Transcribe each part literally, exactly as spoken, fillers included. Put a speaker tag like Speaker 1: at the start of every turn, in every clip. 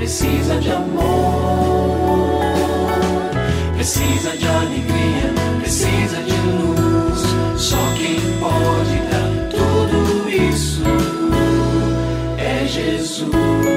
Speaker 1: precisa de amor, precisa de alegria, precisa de luz. Só quem pode dar tudo isso é Jesus.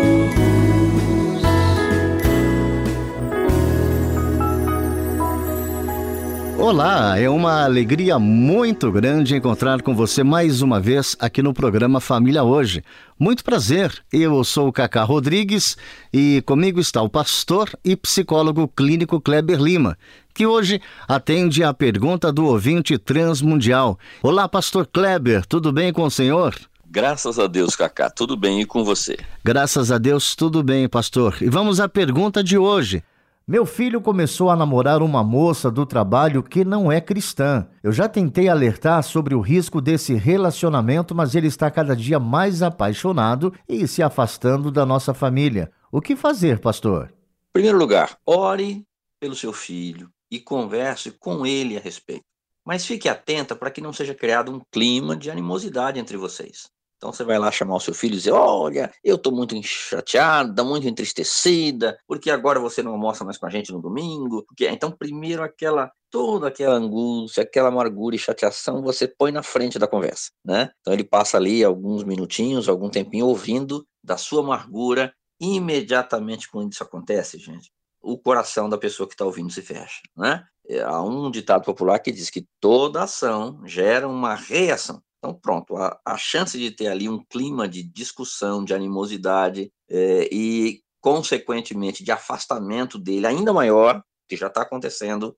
Speaker 2: Olá, é uma alegria muito grande encontrar com você mais uma vez aqui no programa Família Hoje. Muito prazer, eu sou o Cacá Rodrigues e comigo está o pastor e psicólogo clínico Kleber Lima, que hoje atende a pergunta do ouvinte transmundial. Olá, pastor Kleber, tudo bem com o senhor?
Speaker 3: Graças a Deus, Cacá, tudo bem e com você?
Speaker 2: Graças a Deus, tudo bem, pastor. E vamos à pergunta de hoje. Meu filho começou a namorar uma moça do trabalho que não é cristã. Eu já tentei alertar sobre o risco desse relacionamento, mas ele está cada dia mais apaixonado e se afastando da nossa família. O que fazer, pastor?
Speaker 3: Em primeiro lugar, ore pelo seu filho e converse com ele a respeito. Mas fique atenta para que não seja criado um clima de animosidade entre vocês. Então você vai lá chamar o seu filho e dizer: olha, eu estou muito chateada, muito entristecida, porque agora você não almoça mais com a gente no domingo. Porque... Então primeiro aquela, toda aquela angústia, aquela amargura e chateação você põe na frente da conversa, né? Então ele passa ali alguns minutinhos, algum tempinho ouvindo da sua amargura. Imediatamente quando isso acontece, gente, o coração da pessoa que está ouvindo se fecha, né? Há um ditado popular que diz que toda ação gera uma reação. Então, pronto, a, a chance de ter ali um clima de discussão, de animosidade é, e, consequentemente, de afastamento dele ainda maior, que já está acontecendo,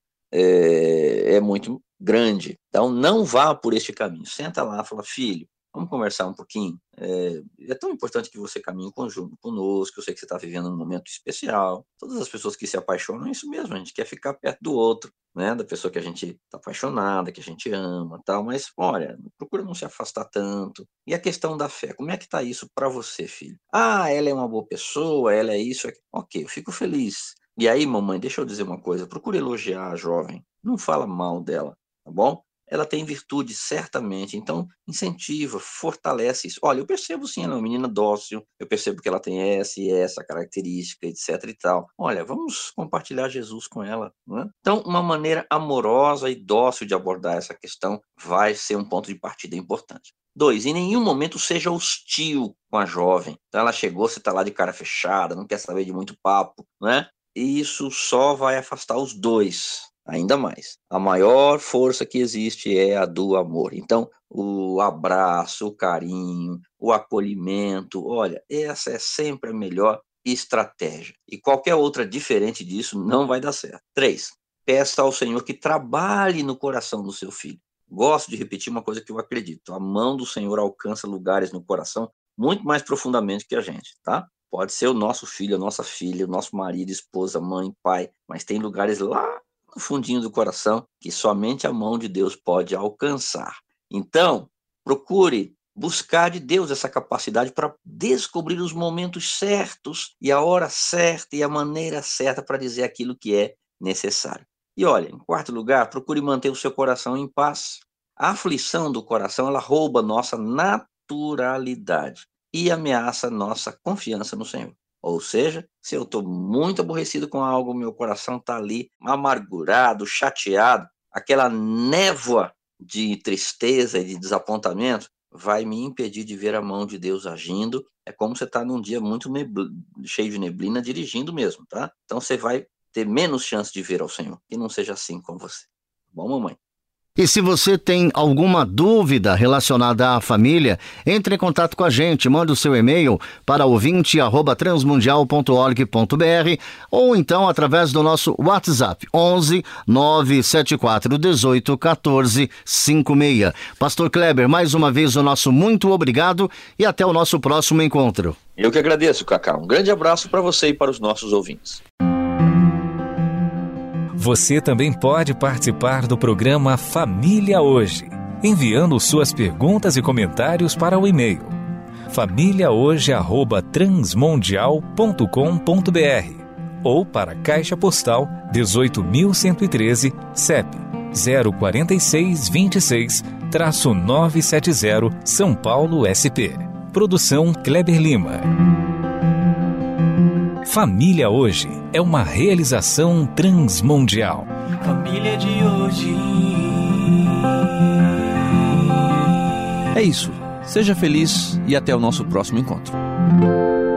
Speaker 3: é, é muito grande. Então, não vá por este caminho. Senta lá e fala: filho, vamos conversar um pouquinho? É, é tão importante que você caminhe conjunto conosco, eu sei que você está vivendo um momento especial. Todas as pessoas que se apaixonam, é isso mesmo, a gente quer ficar perto do outro, né? Da pessoa que a gente está apaixonada, que a gente ama, tal. Mas, olha, procura não se afastar tanto. E a questão da fé, como é que está isso para você, filho? Ah, ela é uma boa pessoa, ela é isso, é... ok, eu fico feliz. E aí, mamãe, deixa eu dizer uma coisa, procura elogiar a jovem, não fala mal dela, tá bom? Ela tem virtude, certamente, então incentiva, fortalece isso. Olha, eu percebo sim, ela é uma menina dócil, eu percebo que ela tem essa e essa característica, etc e tal. Olha, vamos compartilhar Jesus com ela, né? Então, uma maneira amorosa e dócil de abordar essa questão vai ser um ponto de partida importante. Dois, em nenhum momento seja hostil com a jovem. Então, ela chegou, você está lá de cara fechada, não quer saber de muito papo, né? E isso só vai afastar os dois. Ainda mais. A maior força que existe é a do amor. Então, o abraço, o carinho, o acolhimento, olha, essa é sempre a melhor estratégia. E qualquer outra diferente disso não vai dar certo. Três, peça ao Senhor que trabalhe no coração do seu filho. Gosto de repetir uma coisa que eu acredito. A mão do Senhor alcança lugares no coração muito mais profundamente que a gente, tá? Pode ser o nosso filho, a nossa filha, o nosso marido, esposa, mãe, pai, mas tem lugares lá no fundinho do coração que somente a mão de Deus pode alcançar. Então, procure buscar de Deus essa capacidade para descobrir os momentos certos e a hora certa e a maneira certa para dizer aquilo que é necessário. E olha, em quarto lugar, procure manter o seu coração em paz. A aflição do coração, ela rouba nossa naturalidade e ameaça nossa confiança no Senhor. Ou seja, se eu estou muito aborrecido com algo, meu coração está ali amargurado, chateado, aquela névoa de tristeza e de desapontamento vai me impedir de ver a mão de Deus agindo. É como você está num dia muito nebl... cheio de neblina dirigindo mesmo, tá? Então você vai ter menos chance de ver ao Senhor. Que não seja assim com você. Bom, mamãe?
Speaker 2: E se você tem alguma dúvida relacionada à família, entre em contato com a gente, manda o seu e-mail para ouvinte arroba transmundial ponto org ponto br ou então através do nosso WhatsApp onze nove sete quatro um oito um quatro cinco seis. Pastor Kleber, mais uma vez o nosso muito obrigado e até o nosso próximo encontro.
Speaker 3: Eu que agradeço, Cacá. Um grande abraço para você e para os nossos ouvintes.
Speaker 4: Você também pode participar do programa Família Hoje, enviando suas perguntas e comentários para o e-mail família hoje arroba transmundial ponto com ponto br ou para a Caixa Postal dezoito mil cento e treze, C E P zero quatro seis dois seis, nove sete zero, São Paulo, S P. Produção Kleber Lima. Família Hoje é uma realização transmundial.
Speaker 1: Família de hoje.
Speaker 5: É isso. Seja feliz e até o nosso próximo encontro.